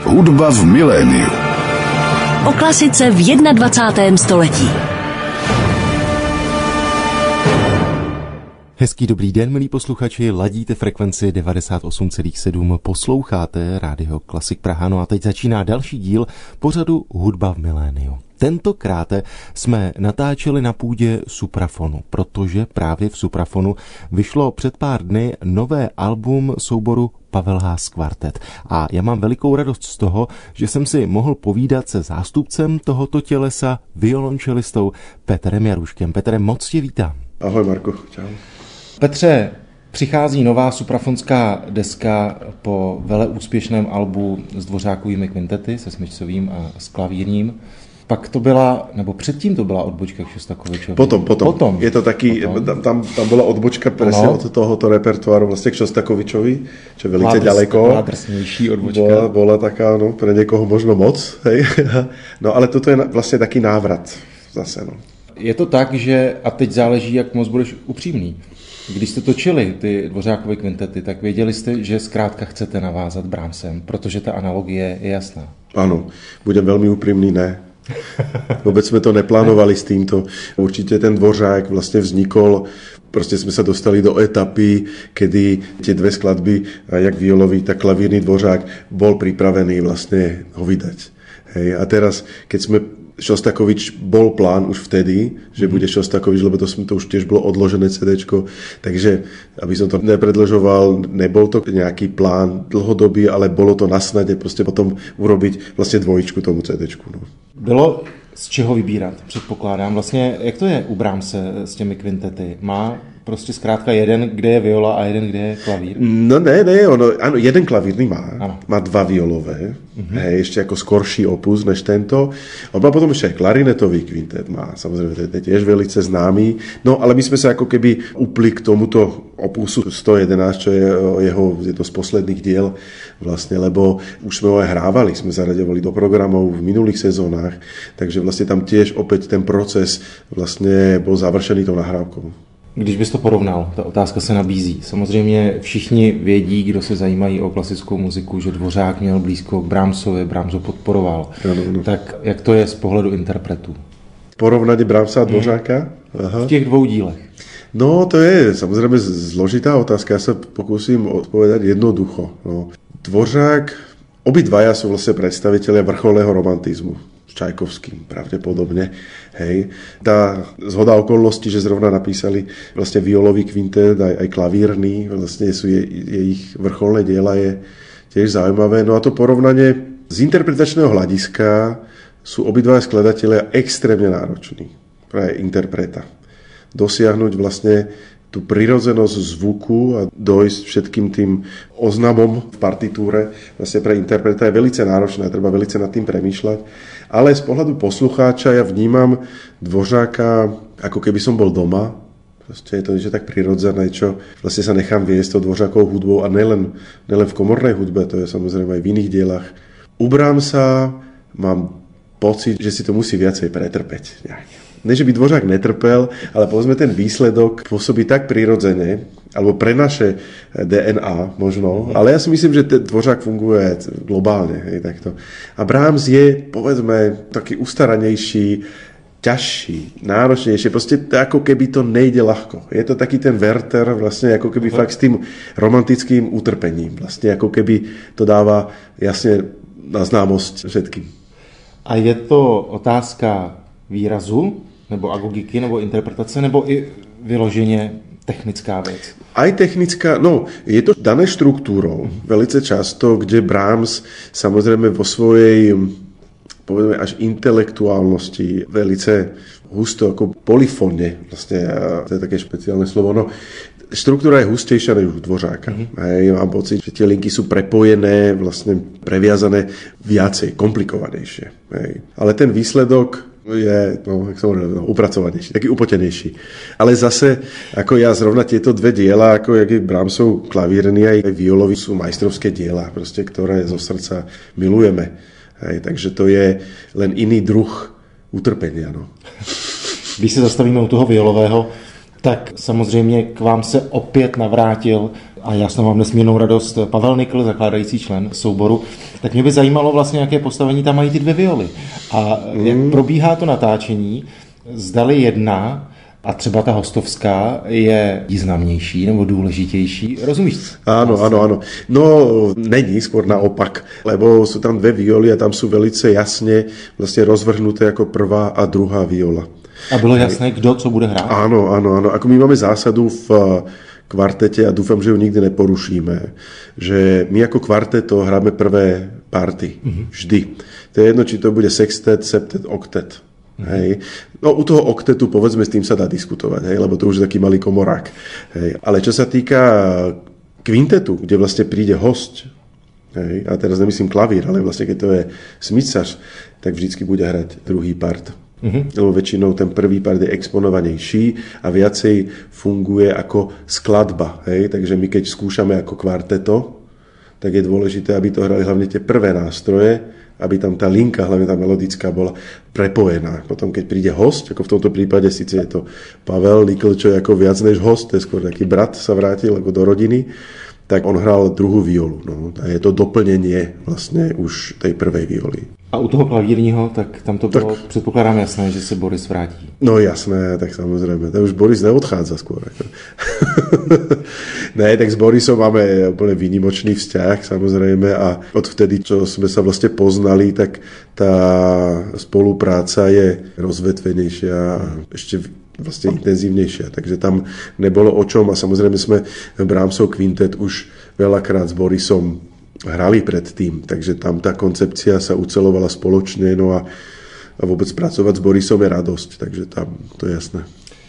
Hudba v miléniu. O klasice v 21. století. Hezký dobrý den, milí posluchači, ladíte frekvenci 98,7, posloucháte Rádio Klasik Praha, no a teď začíná další díl pořadu Hudba v miléniu. Tentokrát jsme natáčeli na půdě Suprafonu, protože právě v Suprafonu vyšlo před pár dny nové album souboru Pavel Haas Kvartet. A já mám velikou radost z toho, že jsem si mohl povídat se zástupcem tohoto tělesa, violončelistou Petrem Jaruškem. Petre, moc tě vítám. Ahoj Marku, čau. Petře, přichází nová suprafonská deska po veleúspěšném albu s dvořákovými kvintety, se smyčcovým a s klavírním. Pak to byla, nebo předtím to byla odbočka k Šostakovičovi. Potom. Je to taky, tam byla odbočka presne od tohoto repertoáru vlastne k Šostakovičovi, čo je velice ďaleko. Bola drsnejší odbočka. Bola taká, no, pre niekoho možno moc, hej. No ale toto je vlastne taký návrat zase, no. Je to tak, že, a teď záleží, jak moc budeš upřímný, když jste točili ty dvořákové kvintety, tak věděli jste, že zkrátka chcete navázat Brahmsem, protože ta analogie je jasná. Áno, budem veľmi úprimný, ne. Vôbec sme to neplánovali s týmto. Určite ten dvořák vlastne vznikol, proste sme sa dostali do etapy, kedy tie dve skladby, jak violový, tak klavírny dvořák, bol pripravený vlastne ho vydať. Hej. A teraz, keď sme Šostakovič, bol plán už vtedy, že bude Šostakovič, lebo to už tiež bolo odložené CDčko, takže aby som to nepredĺžoval, nebol to nejaký plán dlhodobý, ale bolo to na snade proste potom urobiť vlastne dvojičku tomu CDčku. No. Bylo z čeho vybírat, předpokládám. Vlastně, jak to je u Brahmse s těmi kvintety? Má prostě zkrátka jeden, kde je viola a jeden, kde je klavír? No ne, áno, jeden klavírny má. Ano. Má dva violové, hej, ešte ako skorší opus než tento. On má potom ešte aj klarinetový kvintet, má samozrejme, to je tiež velice známy. No ale my sme sa ako keby upli k tomuto opusu 111, čo je jedno z posledných diel vlastne, lebo už sme ho aj hrávali, sme zaraďovali do programov v minulých sezónách, takže vlastne tam tiež opäť ten proces vlastne bol završený tou nahrávkou. Když bys to porovnal, ta otázka se nabízí. Samozřejmě všichni vědí, kdo se zajímají o klasickou muziku, že Dvořák měl blízko k Brahmsovi, Brahms ho podporoval. Ano. Tak jak to je z pohledu interpretů? Porovnať Brahmsa a Dvořáka? Aha. V těch dvou dílech. No, to je samozrejme zložitá otázka. Ja sa pokúsim odpovedať jednoducho. No. Dvořák, obidvaja sú vlastne predstavitelia vrcholného romantizmu. S Čajkovským pravdepodobne. Hej. Tá zhoda okolností, že zrovna napísali vlastne violový kvintet, aj klavírny, vlastne sú ich vrcholné diela, je tiež zaujímavé. No a to porovnanie z interpretačného hľadiska sú obidvaja skladatelia extrémne nároční pre interpreta. Dosiahnuť vlastne tú prirodzenosť zvuku a dojsť všetkým tým oznamom v partitúre vlastne pre interpreta je velice náročné, treba velice nad tým premýšľať. Ale z pohľadu poslucháča ja vnímam Dvořáka, ako keby som bol doma. Proste je to niečo tak prirodzené, čo vlastne sa nechám viesť tou Dvořákovou hudbou a nelen v komornej hudbe, to je samozrejme aj v iných dielach. U Brahmsa mám pocit, že si to musí viacej pretrpeť nejak. Ne, že by Dvořák netrpel, ale povedzme ten výsledok pôsobí tak prirodzene, alebo pre naše DNA možno, ale ja si myslím, že ten Dvořák funguje globálne. Hej, takto. A Brahms je, povedzme, taký ustaranejší, ťažší, náročnejšie, proste ako keby to nejde ľahko. Je to taký ten Werther, vlastne ako keby fakt s tým romantickým utrpením. Vlastne ako keby to dáva jasne na známosť všetkým. A je to otázka výrazu, nebo agogiky, nebo interpretace, nebo i vyloženě technická věc? Aj technická, no, je to dané štruktúrou velice často, kde Brahms samozrejme vo svojej, povedzme, až intelektuálnosti velice husto, ako polyfónne, vlastne, to je také špeciálne slovo, no, štruktúra je hustejšia než u Dvořáka. Hej, mám pocit, že tie linky sú prepojené, vlastne previazané viacej, komplikovanejšie. Hej. Ale ten výsledok je, no, jak som hovoril, upracovanejší, taký upotenejší. Ale zase, ako ja zrovna tieto dve diela, ako jak je Brahmsov klavírny aj violový, sú majstrovské diela, proste, ktoré zo srdca milujeme. Hej, takže to je len iný druh utrpenia. No. Když se zastavíme u toho violového, Tak samozřejmě k vám se opět navrátil a já jsem mám nesmírnou radost Pavel Nikl, zakládající člen souboru. Tak mě by zajímalo vlastně, jaké postavení tam mají ty dvě violy. A jak probíhá to natáčení, zdali jedna a třeba ta hostovská je významnější nebo důležitější. Rozumíš? Áno. No, není, skôr naopak, lebo sú tam dve violy a tam sú velice jasne vlastne rozvrhnuté ako prvá a druhá viola. A bylo jasné, kdo co bude hrát? Áno. Ako my máme zásadu v kvartete a dúfam, že ju nikdy neporušíme, že my ako kvarteto hráme prvé party. Vždy. To je jedno, či to bude sextet, septet, oktet. Hej. No u toho oktetu, povedzme, s tým sa dá diskutovať, hej, lebo to už je taký malý komorák. Hej. Ale čo sa týka kvintetu, kde vlastne príde host, hej, a teraz nemyslím klavír, ale vlastne keď to je smycař, tak vždycky bude hrať druhý part. Lebo väčšinou ten prvý part je exponovanejší a viacej funguje ako skladba. Hej. Takže my keď skúšame ako kvarteto, tak je dôležité, aby to hrali hlavne tie prvé nástroje, aby tam tá linka, hlavne tá melodická, bola prepojená. Potom, keď príde host, ako v tomto prípade, síce je to Pavel Nikl, čo je ako viac než host, to je skôr taký brat sa vrátil ako do rodiny, tak on hral druhú violu. No. A je to doplnenie vlastne už tej prvej violy. A u toho klavírního, tak tam to bylo, tak předpokládám jasné, že se Boris vrátí. No jasné, tak samozrejme. To už Boris neodchádza skôr. Ne, tak s Borisom máme úplne výnimočný vzťah, samozrejme, a odvtedy, čo sme sa vlastne poznali, tak tá spolupráca je rozvetvenejšia a ešte vlastne intenzívnejšia. Takže tam nebolo o čom a samozrejme sme Brahmsov kvintet už veľakrát s Borisom hrali predtým, takže tam tá koncepcia sa ucelovala spoločne, no a vôbec pracovať s Borisom je radosť, takže tam to je jasné.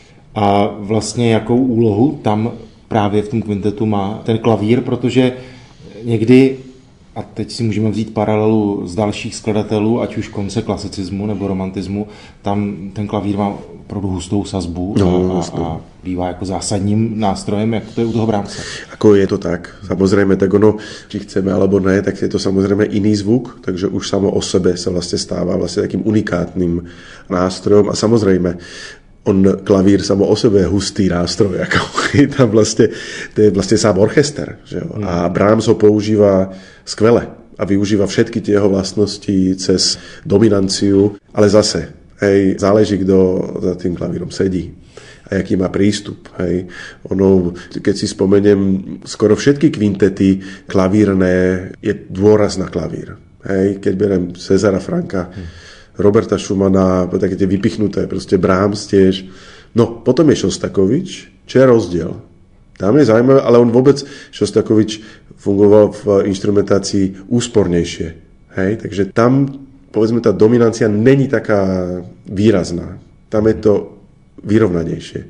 A vlastně jakou úlohu tam právě v tom kvintetu má ten klavír, protože někdy, a teď si můžeme vzít paralelu z dalších skladatelů, ať už konce klasicismu nebo romantismu, tam ten klavír má opravdu hustou sazbu a bývá jako zásadním nástrojem, jak to je u toho Brahmsa. Ako je to tak, samozrejme, tak ono, či chceme alebo ne, tak je to samozrejme iný zvuk, takže už samo o sebe sa vlastne stáva vlastne takým unikátnym nástrojom a samozrejme, klavír samo o sebe je hustý nástroj, ako je tam vlastne, to je vlastne sám orchester, že jo? A Brahms ho používa skvele a využíva všetky tie jeho vlastnosti cez dominanciu, ale zase, hej, záleží, kto za tým klavírom sedí a jaký má prístup. Hej. Ono, keď si spomeniem, skoro všetky kvintety klavírne je dôraz na klavír. Hej. Keď beriem Cezara Franka, Roberta Schumana, také tie vypichnuté, proste Brahms tiež. No, potom je Šostakovič, čo je rozdiel. Tam je zaujímavé, ale on vôbec, Šostakovič, fungoval v instrumentácii úspornejšie. Hej. Takže tam, povedzme, tá dominancia není taká výrazná. Tam je to vyrovnanejšie.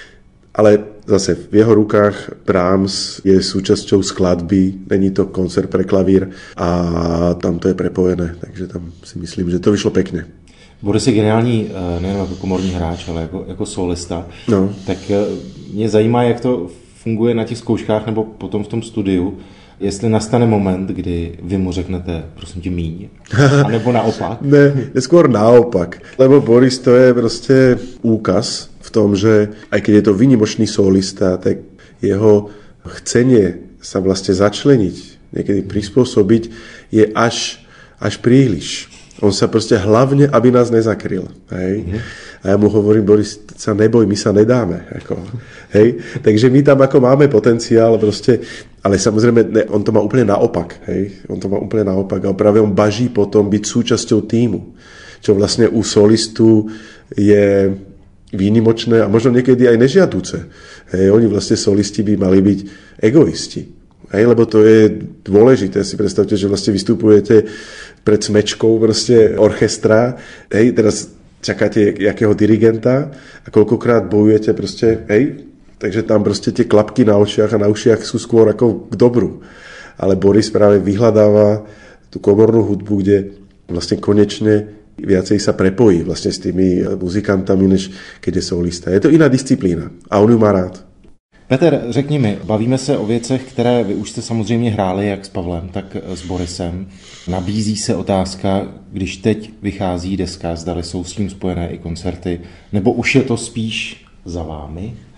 Ale zase v jeho rukách Brahms je súčasťou skladby, není to koncert pre klavír a tam to je prepojené, takže tam si myslím, že to vyšlo pekne. Boris je geniální nejen jako komorní hráč, ale jako solista. No. Tak mě zajímá, jak to funguje na těch zkouškách nebo potom v tom studiu, jestli nastane moment, kdy vy mu řeknete, prosím tě, míň, anebo naopak? Ne, je skôr naopak. Lebo Boris to je proste úkaz v tom, že aj keď je to výnimočný solista, tak jeho chcenie sa vlastne začleniť, niekedy prispôsobiť, je až príliš. On sa proste hlavne, aby nás nezakryl. Hej? A ja mu hovorím, Boris, sa neboj, my sa nedáme. Ako, hej? Takže my tam ako máme potenciál, proste, ale samozrejme, ne, on to má úplne naopak. Hej? On to má úplne naopak. A práve on baží potom byť súčasťou tímu. Čo vlastne u solistu je výnimočné a možno niekedy aj nežiaduce. Hej? Oni vlastne solisti by mali byť egoisti. Hej, lebo to je dôležité. Si predstavte, že vlastne vystupujete pred smečkou proste orchestra. Hej, teraz čakáte jakého dirigenta a koľkokrát bojujete proste, hej, takže tam proste tie klapky na očiach a na ušiach sú skôr ako k dobru. Ale Boris práve vyhľadáva tú komornú hudbu, kde vlastne konečne viacej sa prepojí vlastne s tými muzikantami, než keď je solista. Je to iná disciplína a on ju má rád. Petr, řekni mi, bavíme se o věcech, které vy už jste samozřejmě hráli jak s Pavlem, tak s Borisem. Nabízí se otázka, když teď vychází deska, zdali jsou s tím spojené i koncerty, nebo už je to spíš za vámi?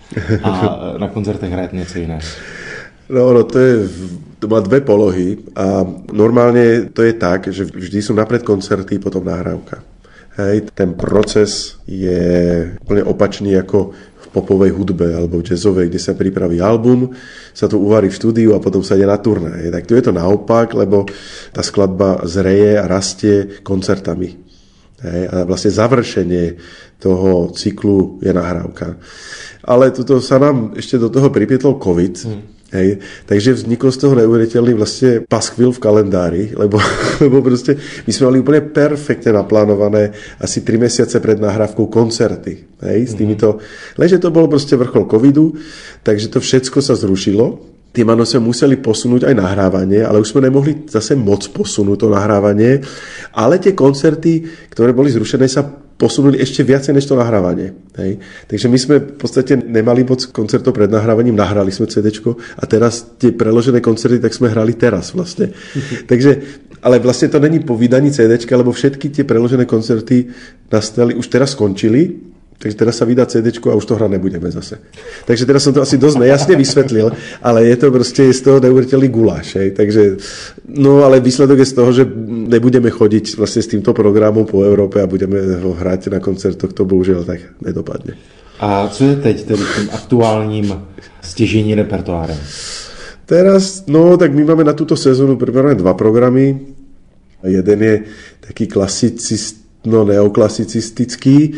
a na koncertech hrajete něco jiného? No, to má dve polohy a normálne to je tak, že vždy sú napred koncerty, potom nahrávka. Hej, ten proces je úplne opačný ako v popovej hudbe alebo v jazzovej, kde sa pripraví album, sa to uvarí v štúdiu a potom sa ide na turné. Tak tu je to naopak, lebo tá skladba zreje a rastie koncertami. Hej, a vlastne završenie toho cyklu je nahrávka. Ale toto sa nám ešte do toho pripietol COVID. Hej, takže vzniklo z toho neuveriteľný vlastne paskvil v kalendári, lebo proste my sme mali úplne perfektne naplánované asi 3 mesiace pred nahrávkou koncerty. Hej, s týmito, lenže to bolo proste vrchol covidu, takže to všetko sa zrušilo. Tým áno sme museli posunúť aj nahrávanie, ale už sme nemohli zase moc posunúť to nahrávanie, ale tie koncerty, ktoré boli zrušené, sa posunuli ešte viacej než to nahrávanie. Hej. Takže my sme v podstate nemali moc koncertov pred nahrávaním, nahrali sme CDčko a teraz tie preložené koncerty, tak sme hrali teraz vlastne. Takže, ale vlastne to není po vydaní CDčka, lebo všetky tie preložené koncerty nastali, už teraz skončili, takže teraz sa vydá CDčko a už to hrať nebudeme zase. Takže teraz som to asi dosť nejasne vysvetlil, ale je to proste z toho neuveriteľný guláš. Hej. Takže, no ale výsledok je z toho, že nebudeme chodiť vlastne s týmto programom po Európe a budeme ho hrať na koncertoch, to bohužiaľ tak nedopadne. A co je teď tedy tým aktuálním stěžení repertoárem? Teraz, no tak my máme na túto sezónu pripravené 2 programy. Jeden je taký neoklasicistický.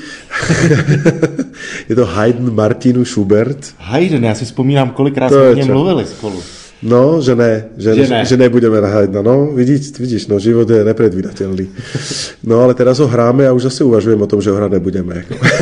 Je to Haydn, Martinu, Schubert. Haydn, já si vzpomínám, kolikrát jsme o něm mluvili spolu. No, že nebudeme na Haydna. No, vidíš, no, život je nepredvídateľný. No, ale teraz ho hráme a už zase uvažujem o tom, že ho hrať nebudeme.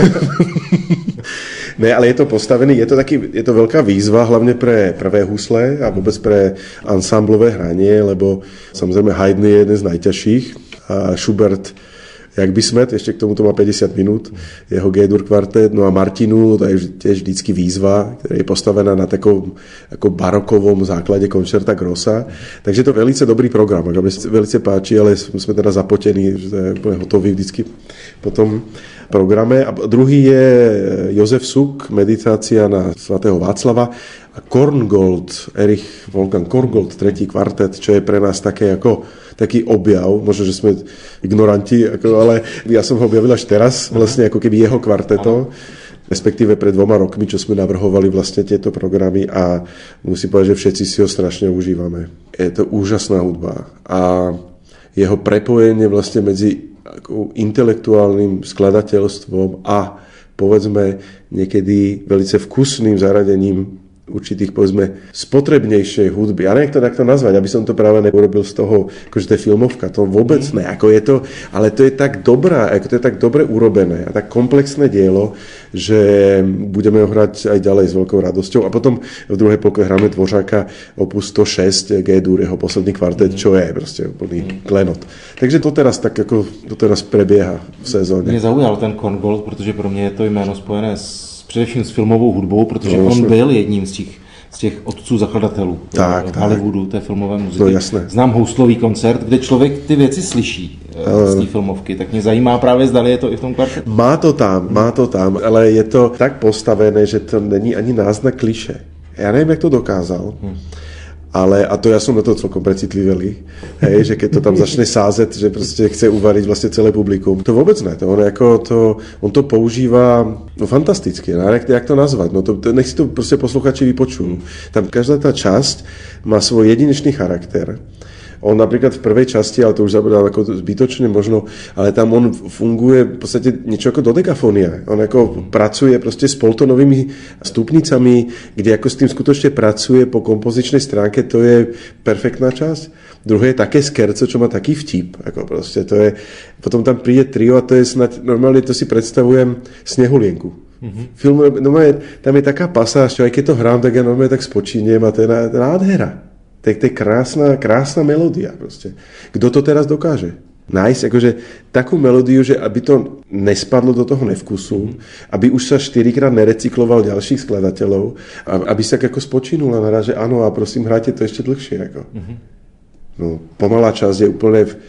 Ne, ale je to postavený, je to veľká výzva, hlavne pre prvé husle a vôbec pre ansámblové hranie, lebo samozrejme Haydn je jeden z najťažších a Schubert jak by smet, ešte k tomu to má 50 minút, jeho G-dur kvartet, no a Martinu, to je tiež vždycky výzva, ktorá je postavená na takom ako barokovom základe koncerta grossa. Takže to je velice dobrý program, ako mi velice páči, ale sme teda zapotení, že to je úplne hotový vždycky po tom programe. A druhý je Josef Suk, meditácia na svätého Václava a Korngold, Erich Wolfgang Korngold, tretí kvartet, čo je pre nás také ako taký objav, možno, že sme ignoranti, ale ja som ho objavil až teraz, vlastne ako keby jeho kvarteto, respektíve pred 2 rokmi, čo sme navrhovali vlastne tieto programy a musím povedať, že všetci si ho strašne užívame. Je to úžasná hudba a jeho prepojenie vlastne medzi intelektuálnym skladateľstvom a povedzme niekedy velice vkusným zaradením určitých, povedzme, spotrebnejšej hudby. Ja neviem, jak to nazvať, aby som to práve neurobil z toho, akože to je filmovka, to vôbec ne, ako je to, ale to je tak dobrá, ako to je tak dobre urobené a tak komplexné dielo, že budeme ho hrať aj ďalej s veľkou radosťou. A potom v druhej polke hráme Dvořáka opus 106 G-dur, jeho posledný kvartet, čo je proste úplný klenot. Takže to teraz tak, ako to teraz prebieha v sezóne. Mě zaujal ten Korngold, protože pro mě je to jméno spojené především s filmovou hudbou, protože on byl jedním z těch otců zakladatelů Hollywoodu, té filmové muziky. Znám houslový koncert, kde člověk ty věci slyší z té filmovky, tak mě zajímá právě, zdali je to i v tom kvartetu. Má to tam, ale je to tak postavené, že to není ani náznak kliše. Já nevím, jak to dokázal. Ale, a to ja som na to celkom precitlivý, hej, že keď to tam začne sázet, že proste chce uvariť vlastne celé publikum. To vôbec ne, on to používa no fantasticky, no, jak to nazvať, no to, nech si to proste posluchači vypočujú. Tam každá tá časť má svoj jedinečný charakter. On napríklad v prvej časti, ale to už zabudal ako zbytočne možno, ale tam on funguje v podstate niečo ako dodekafonia. On ako pracuje proste s poltonovými stupnicami, kde ako s tým skutočne pracuje po kompozičnej stránke, to je perfektná časť. Druhé je také skerco, čo má taký vtip. Ako proste, to je, potom tam príde trio a to je snad, normálne to si predstavujem Snehulienku. Film, tam je taká pasáž, čo aj keď to hrám, tak ja normálne tak spočíniem a to je nádhera. To je krásna melódia proste. Kto to teraz dokáže? Nájsť akože takú melódiu, že aby to nespadlo do toho nevkusu, aby už sa 4-krát nerecykloval ďalších skladateľov, aby sa ako spočinula naraz, že áno, a prosím, hrajte to ešte dlhšie. Ako. No, pomalá časť je úplne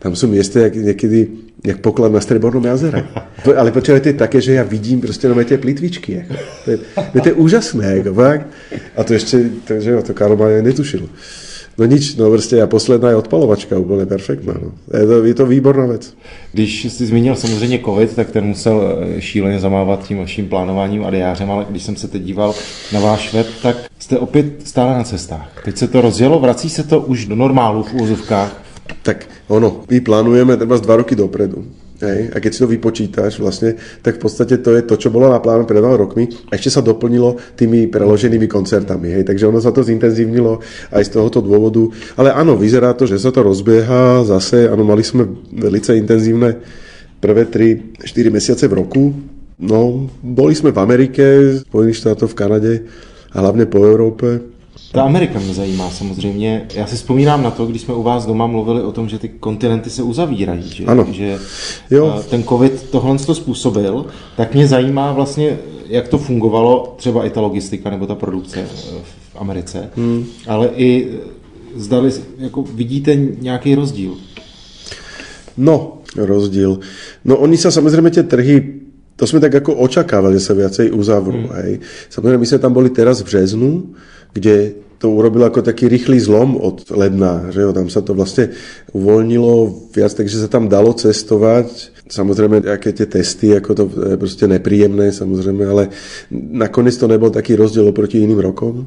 Tam sú miesta niekedy jak poklad na Striebornom jazere. Ale počúvaj, to je také, že ja vidím proste nové tie plitvičky. Ako. To je úžasné. Ako, fakt. A to ešte, to Karol Majer netušil. No nič, no prostě a posledná je odpalovačka, úplně perfektná. No. Je to výborná věc. Když jsi zmínil samozřejmě covid, tak ten musel šíleně zamávat tím vaším plánováním a diářem, ale když jsem se teď díval na váš web, tak jste opět stále na cestách. Teď se to rozjelo, vrací se to už do normálu v úvozovkách? Tak ono, my plánujeme třeba 2 roky dopredu. Hej? A keď si to vypočítaš vlastne, tak v podstate to je to, čo bolo naplánované pred 2 rokmi a ešte sa doplnilo tými preloženými koncertami. Hej? Takže ono sa to zintenzívnilo aj z tohoto dôvodu. Ale áno, vyzerá to, že sa to rozbieha zase. Áno, mali sme velice intenzívne prvé 3-4 mesiace v roku. No, boli sme v Amerike, v Spojených štátoch, v Kanade a hlavne po Európe. Ta Amerika mě zajímá samozřejmě. Já si vzpomínám na to, když jsme u vás doma mluvili o tom, že ty kontinenty se uzavírají, že, ano. Že jo. Ten covid tohle to způsobil, tak mě zajímá vlastně, jak to fungovalo, třeba i ta logistika nebo ta produkce v Americe, ale i zdali, jako vidíte nějaký rozdíl? No, rozdíl. No oni sa samozrejme tie trhy, to sme tak ako očakávali, že sa viacej uzavrú. Hej. Samozrejme, my sme tam boli teraz v březnu, kde to urobilo ako taký rýchly zlom od ledna, že jo, tam sa to vlastne uvoľnilo viac, takže sa tam dalo cestovať. Samozrejme, aké tie testy, ako to je proste nepríjemné, samozrejme, ale nakoniec to nebol taký rozdiel oproti iným rokom.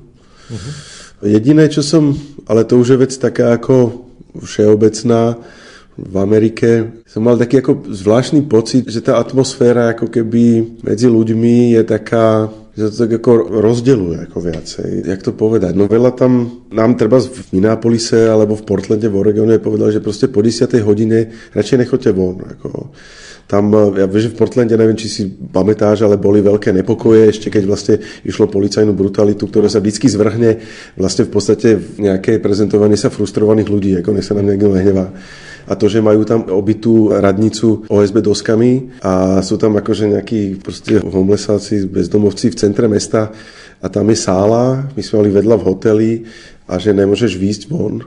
Jediné, čo som, ale to už je vec taká ako všeobecná, v Amerike som mal taký ako zvláštny pocit, že tá atmosféra ako keby medzi ľuďmi je taká, že to tak ako rozdeľuje ako viacej. Jak to povedať? No veľa tam, nám treba v Minneapolise alebo v Portlande v Oregone povedali, že proste po 10. hodine radšej nechoďte von. Ako. Tam, ja viem, že v Portlande, neviem, či si pamätáš, ale boli veľké nepokoje, ešte keď vlastne išlo policajnú brutalitu, ktorá sa vždycky zvrhne vlastne v podstate v nejakej prezentovaní sa frustrovaných ľudí, ako nech sa nám niekto nehnevá. A to, že majú tam obitú radnicu OSB doskami a sú tam akože nejakí proste homelessáci, bezdomovci v centre mesta a tam je sála, my sme mali vedľa v hoteli a že nemôžeš výjsť von.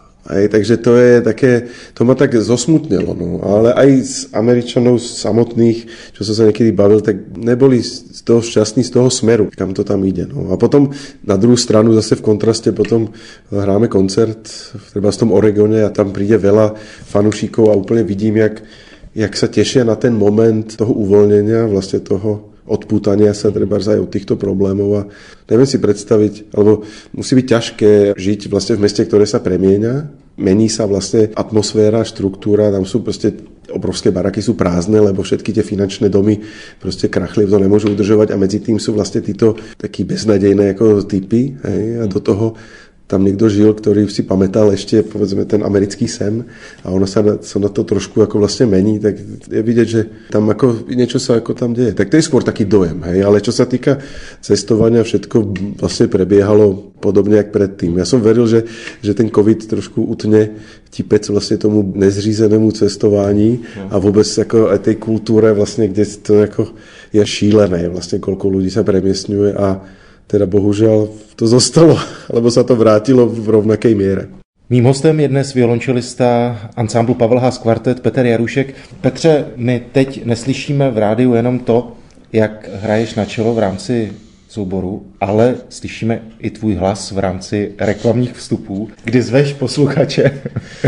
Takže to je také, to ma tak zosmutnilo. No. Ale aj z Američanov samotných, čo som sa niekedy bavil, tak neboli z toho šťastní z toho smeru, kam to tam ide. No. A potom na druhú stranu zase v kontraste potom hráme koncert treba v tom Oregone a tam príde veľa fanúšikov a úplne vidím, jak sa tešia na ten moment toho uvoľnenia, vlastne toho odpútania sa treba aj od týchto problémov a neviem si predstaviť, alebo musí byť ťažké žiť vlastne v meste, ktoré sa premieňa, mení sa vlastne atmosféra, štruktúra, tam sú proste obrovské baraky sú prázdne, lebo všetky tie finančné domy proste krachli, to nemôžu udržovať a medzi tým sú vlastne títo takí beznadejné ako typy, hej, a do toho tam niekto žil, ktorý si pamätal ešte, povedzme, ten americký sen a ono sa na to trošku ako vlastne mení, tak je vidieť, že tam ako niečo sa ako tam deje. Tak to je skôr taký dojem, hej, ale čo sa týka cestovania, všetko vlastne prebiehalo podobne jak predtým. Ja som veril, že ten COVID trošku utne tipec vlastne tomu nezřízenému cestování a vôbec ako aj tej kultúre vlastne, kde to ako je šílené, vlastne koľko ľudí sa premiestňuje a teda bohužel to zostalo, lebo sa to vrátilo v rovnakej miere. Mým hostem je dnes violončelista ansámblu Pavel Haas Kvartet Petr Jarušek. Petře, my teď neslyšíme v rádiu jenom to, jak hraješ na čelo v rámci souboru, ale slyšíme i tvůj hlas v rámci reklamních vstupů, kdy zveš posluchače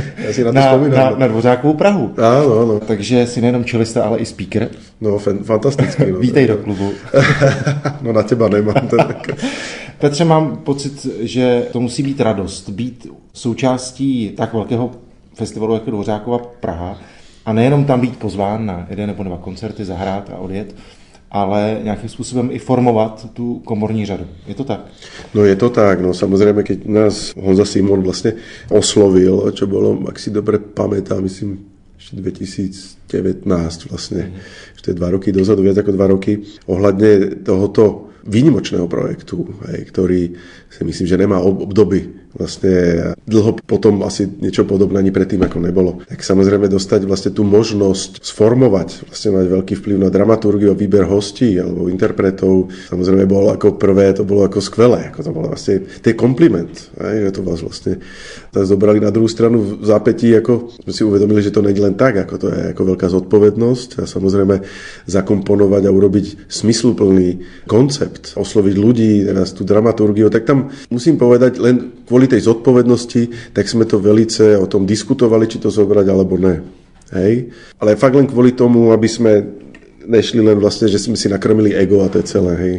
na Dvořákovu Prahu. Áno. Takže jsi nejenom čelista, ale i speaker. No, fantastický. No. Vítej do klubu. No na teba nemám. Petře, mám pocit, že to musí být radost, být součástí tak velkého festivalu jako Dvořákova Praha a nejenom tam být pozván na 1 nebo 2 koncerty, zahrát a odjet, ale nějakým způsobem i formovat tu komorní řadu. Je to tak? No je to tak. No samozrejme, keď nás Honza Simon vlastne oslovil, čo bolo, ak si dobre pamätám, myslím, ešte 2019 vlastne, ešte 2 roky dozadu, viac ako 2 roky, ohľadne tohoto výnimočného projektu, ktorý si myslím, že nemá obdoby vlastne dlho potom asi niečo podobné ani predtým ako nebolo. Tak samozrejme dostať vlastne tú možnosť sformovať, vlastne mať veľký vplyv na dramaturgiu a výber hostí alebo interpretov, samozrejme bolo ako prvé, to bolo ako skvelé, ako to bolo vlastne, to je kompliment, že to vás vlastne zobrali. Na druhú stranu v zápätí, ako sme si uvedomili, že to nie je len tak, ako to je ako veľká zodpovednosť a samozrejme zakomponovať a urobiť smysluplný koncept, osloviť ľudí, teraz tú dramaturgiu, tak tam musím povedať, len kvôli tej zodpovednosti, tak sme to velice o tom diskutovali, či to zobrať alebo ne. Hej? Ale fakt len kvôli tomu, aby sme nešli len vlastne, že sme si nakrmili ego a to je celé. Hej?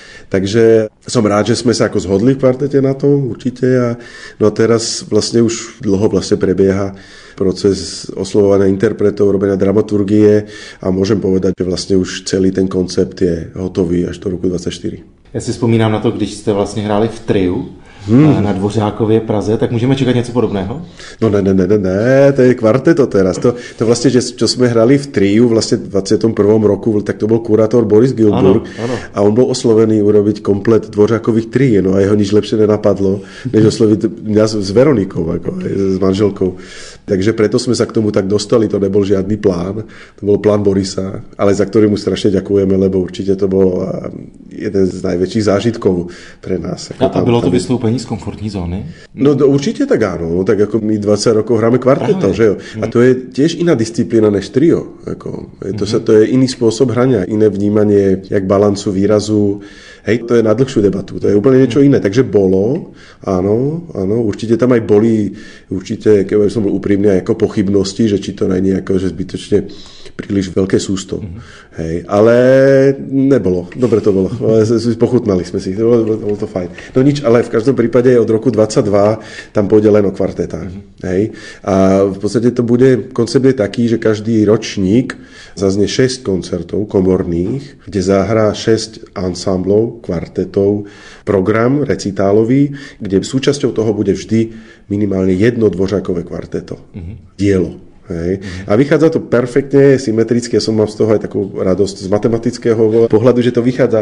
Takže som rád, že sme sa ako zhodli v kvartete na tom, určite. No a teraz vlastne už dlho vlastne prebieha proces oslovovania interpretov, robenia dramaturgie a môžem povedať, že vlastne už celý ten koncept je hotový až do roku 2024. Já si vzpomínám na to, když jste vlastně hráli v triu na Dvořákově Praze, tak můžeme čekat něco podobného? No ne, to je kvarteto teraz. To vlastne, že čo sme hrali v triu vlastne v 21. roku, tak to bol kurátor Boris Gilburg a on bol oslovený urobiť komplet Dvořákových trí, no a jeho nič lepšie nenapadlo, než osloviť mňa s Veronikou, ako, s manželkou. Takže preto sme sa k tomu tak dostali, to nebol žiadny plán, to bol plán Borisa, ale za ktorý mu strašne ďakujeme, lebo určite to bol jeden z najväčších zážitkov pre nás. A bylo to vystoupení z komfortní zóny? No určite tak áno, tak ako my 20 rokov hráme kvarteto, že jo? A to je tiež iná disciplína než trio. To je iný spôsob hrania, iné vnímanie, jak balancu, výrazu. Hej, to je na dlhšiu debatu, to je úplne niečo iné. Takže bolo, áno, určite tam aj boli, určite, keď som bol úprimný, aj ako pochybnosti, že či to nie je ako, že zbytočne príliš veľké sústo. Hej, ale nebolo, dobre to bolo, pochutnali sme si, bolo to fajn. No nič, ale v každom prípade od roku 22 tam pôjde len o kvartetách. Hej, a v podstate to bude, koncept je taký, že každý ročník zaznie 6 koncertov komorných, kde zahrá 6 ansámblov, kvartetov, program recitálový, kde súčasťou toho bude vždy minimálne jedno Dvořákové kvarteto. Dielo. Hej. A vychádza to perfektne, symetricky, ja som mám z toho aj takú radosť z matematického pohľadu, že to vychádza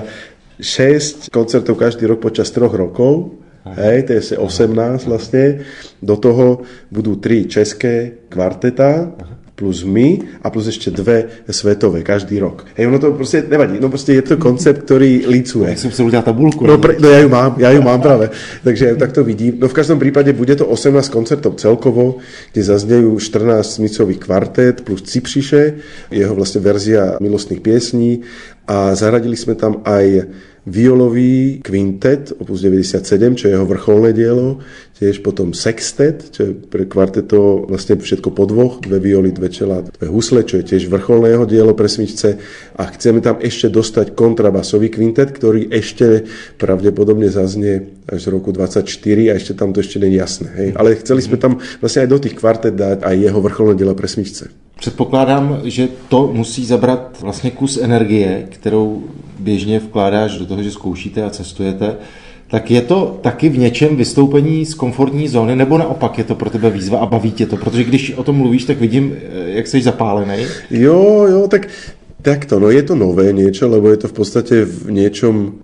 6 koncertov každý rok počas 3 rokov, hej, to je 18 vlastne, do toho budú 3 české kvarteta, plus my a plus ešte 2 svetové každý rok. Hej, ono to proste nevadí, no proste je to koncept, ktorý lícuje. Ja som si udělal tabulku. No ja ju mám práve, takže ja ju takto vidím. No v každom prípade bude to 18 koncertov celkovo, kde zaznejú 14 smicových kvartet plus Cipřiše, jeho vlastne verzia milostných piesní a zaradili sme tam aj violový kvintet, opus 97, čo je jeho vrcholné dielo, tiež potom sextet, čo je pre kvarteto vlastne všetko po dvoch, 2 violy, 2 čela, 2 husle, čo je tiež vrcholné jeho dielo pre smyčce a chceme tam ešte dostať kontrabasový kvintet, ktorý ešte pravdepodobne zaznie až z roku 24 a ešte tam to ešte nie je jasné. Hej. Ale chceli sme tam vlastne aj do tých kvartet dať aj jeho vrcholné dielo pre smyčce. Předpokládám, že to musí zabrat vlastně kus energie, kterou běžně vkládáš do toho, že zkoušíte a cestujete. Tak je to taky v něčem vystoupení z komfortní zóny, nebo naopak je to pro tebe výzva a baví tě to? Protože když o tom mluvíš, tak vidím, jak jsi zapálený. Jo, takto, no je to nové niečo, lebo je to v podstate v niečom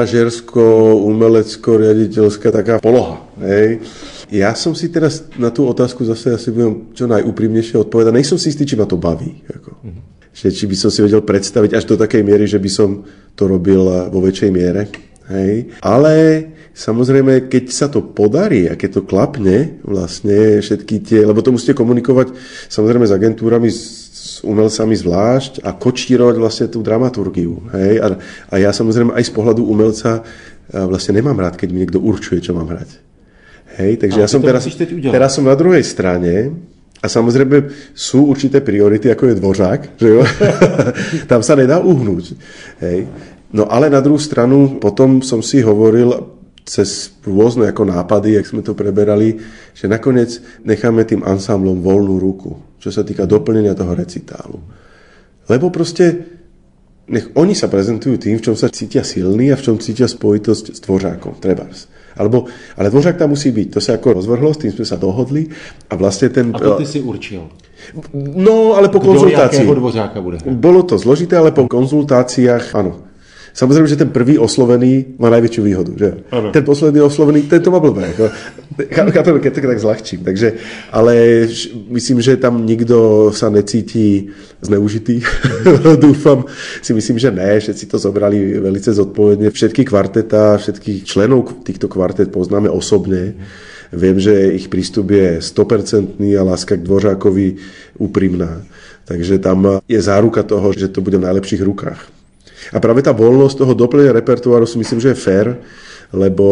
manažersko-umelecko-riaditeľská taká poloha. Hej. Ja som si teraz na tú otázku zase asi budem čo najúprimnejšie odpovedať. Nejsom si istý, či ma to baví. Že či by som si vedel predstaviť až do takej miery, že by som to robil vo väčšej miere. Hej. Ale samozrejme, keď sa to podarí a keď to klapne, vlastne všetky tie, lebo to musíte komunikovať samozrejme s agentúrami, s umelcami zvlášť a kočírovať vlastne tú dramaturgiu. Hej. A ja samozrejme aj z pohľadu umelca vlastne nemám rád, keď mi niekto určuje, čo mám hrať. Hej, takže ja som teraz som na druhej strane a samozrejme sú určité priority, ako je Dvořák, že jo? Tam sa nedá uhnúť. Hej. No ale na druhú stranu potom som si hovoril cez rôzne ako nápady, jak sme to preberali, že nakoniec necháme tým ansámblom voľnú ruku, čo sa týka doplnenia toho recitálu. Lebo proste nech oni sa prezentujú tým, v čom sa cítia silní a v čom cítia spojitosť s Dvořákom, trebárs. Ale Dvořák tam musí byť. To sa ako rozvrhlo, s tým sme sa dohodli a vlastne ten... A to ty si určil. No, ale po konzultácii. Kdo Dvořáka bude hrať? Bolo to zložité, ale po konzultáciách, áno. Samozrejme, že ten prvý oslovený má najväčšiu výhodu, že? Ano. Ten posledný oslovený, ten to má blbé. Chápem, keď tak zľahčím. Takže, ale myslím, že tam nikto sa necíti zneužitý. Dúfam, si myslím, že ne. Všetci to zobrali velice zodpovedne. Všetky kvarteta, všetkých členov týchto kvartet poznáme osobne. Viem, že ich prístup je 100% a láska k Dvořákovi úprimná. Takže tam je záruka toho, že to bude v najlepších rukách. A práve tá voľnosť toho doplnenia repertoáru si myslím, že je fér, lebo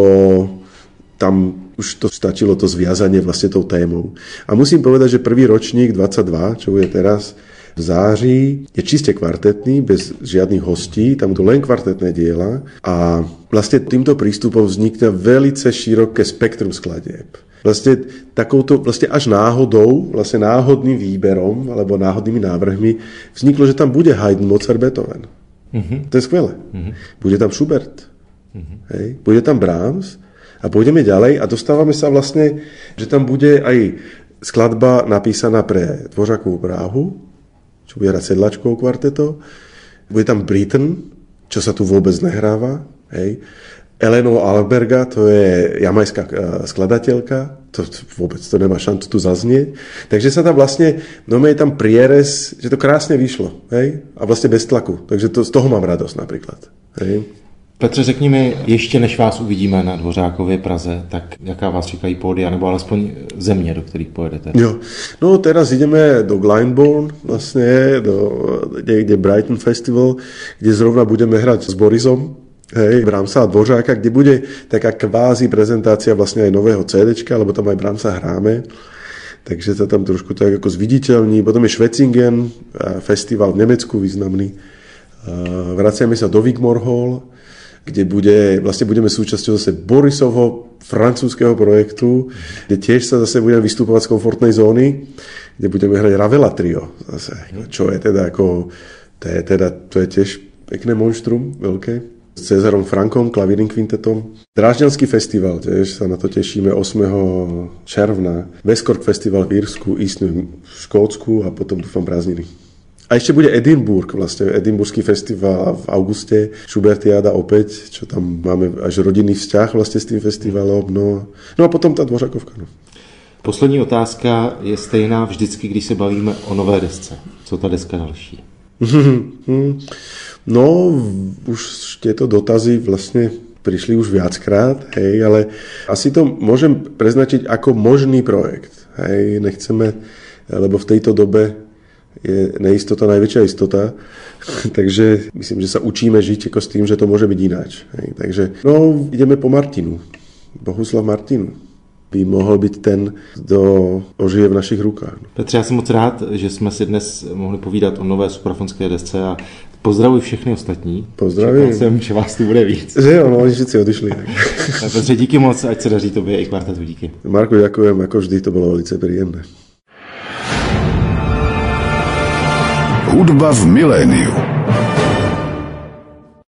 tam už to stačilo to zviazanie vlastne tou témou. A musím povedať, že prvý ročník 22, čo bude teraz v září, je čiste kvartetný, bez žiadnych hostí, tam budú len kvartetné diela a vlastne týmto prístupom vznikne velice široké spektrum skladieb. Vlastne takouto, vlastne až náhodou, vlastne náhodným výberom alebo náhodnými návrhmi vzniklo, že tam bude Haydn, Mozart, Beethoven. To je skvelé. Bude tam Schubert. Hej. Bude tam Brahms a pôjdeme ďalej a dostávame sa vlastne, že tam bude aj skladba napísaná pre Dvořákovu Práhu, čo bude hrať sedlačkou kvarteto. Bude tam Britten, čo sa tu vôbec nehráva. Hej. Eleno Alberga, to je jamajská skladateľka, to vôbec to nemá šancu tu zaznieť. Takže sa tam vlastne, je tam prierez, že to krásne vyšlo, hej? A vlastne bez tlaku. Takže z toho mám radosť napríklad. Hej? Petře, řekni mi, ještě než vás uvidíme na Dvořákově Praze, tak jaká vás čekají pódia, nebo alespoň země, do kterých pojedete? Jo, no teraz ideme do Glyndebourne, vlastne, kde Brighton Festival, kde zrovna budeme hrať s Borisom, hej, Brahmsa a Dvořáka, kde bude taká kvázi prezentácia vlastne aj nového CDčka, lebo tam aj Brahmsa hráme. Takže sa tam trošku tak ako zviditeľní. Potom je Schwetzingen, festival v Nemecku významný. Vraciame sa do Wigmore Hall, kde budeme súčasťou zase Borisovho francúzského projektu, kde tiež sa zase budeme vystupovať z komfortnej zóny, kde budeme hrať Ravela trio zase, čo je teda ako to je tiež pekné monštrum, veľké. S Cezarom Frankom, klavírnym kvintetom. Drážďanský festival, tiež sa na to tešíme 8. června. Westcork festival v Írsku, Eastnu v Škótsku a potom dúfam prázdniny. A ešte bude Edinburgh, vlastne Edinburghský festival v auguste, Schubertiáda opäť, čo tam máme až rodinný vzťah vlastne s tým festivalom. No a potom tá Dvořákovka. No. Poslední otázka je stejná vždycky, když se bavíme o nové desce. Co ta deska další? No, už tieto dotazy vlastne prišli už viackrát, hej, ale asi to môžem preznačiť ako možný projekt. Hej, nechceme, lebo v tejto dobe je neistota najväčšia istota, takže myslím, že sa učíme žiť ako s tým, že to môže byť ináč. Hej, takže, ideme po Martinu. Bohuslav Martinu by mohl být ten, kdo ožije v našich rukách. Petře, já jsem moc rád, že jsme si dnes mohli povídat o nové suprafonské desce a pozdravuji všechny ostatní. Pozdravím. Čekal jsem, že vás tu bude víc. Že jo, oni všichni odišli. Petře, díky moc, ať se daří tobě i kvartetu, díky. Marku, ďakujem, ako vždy, to bylo velice príjemné. Hudba v miléniu.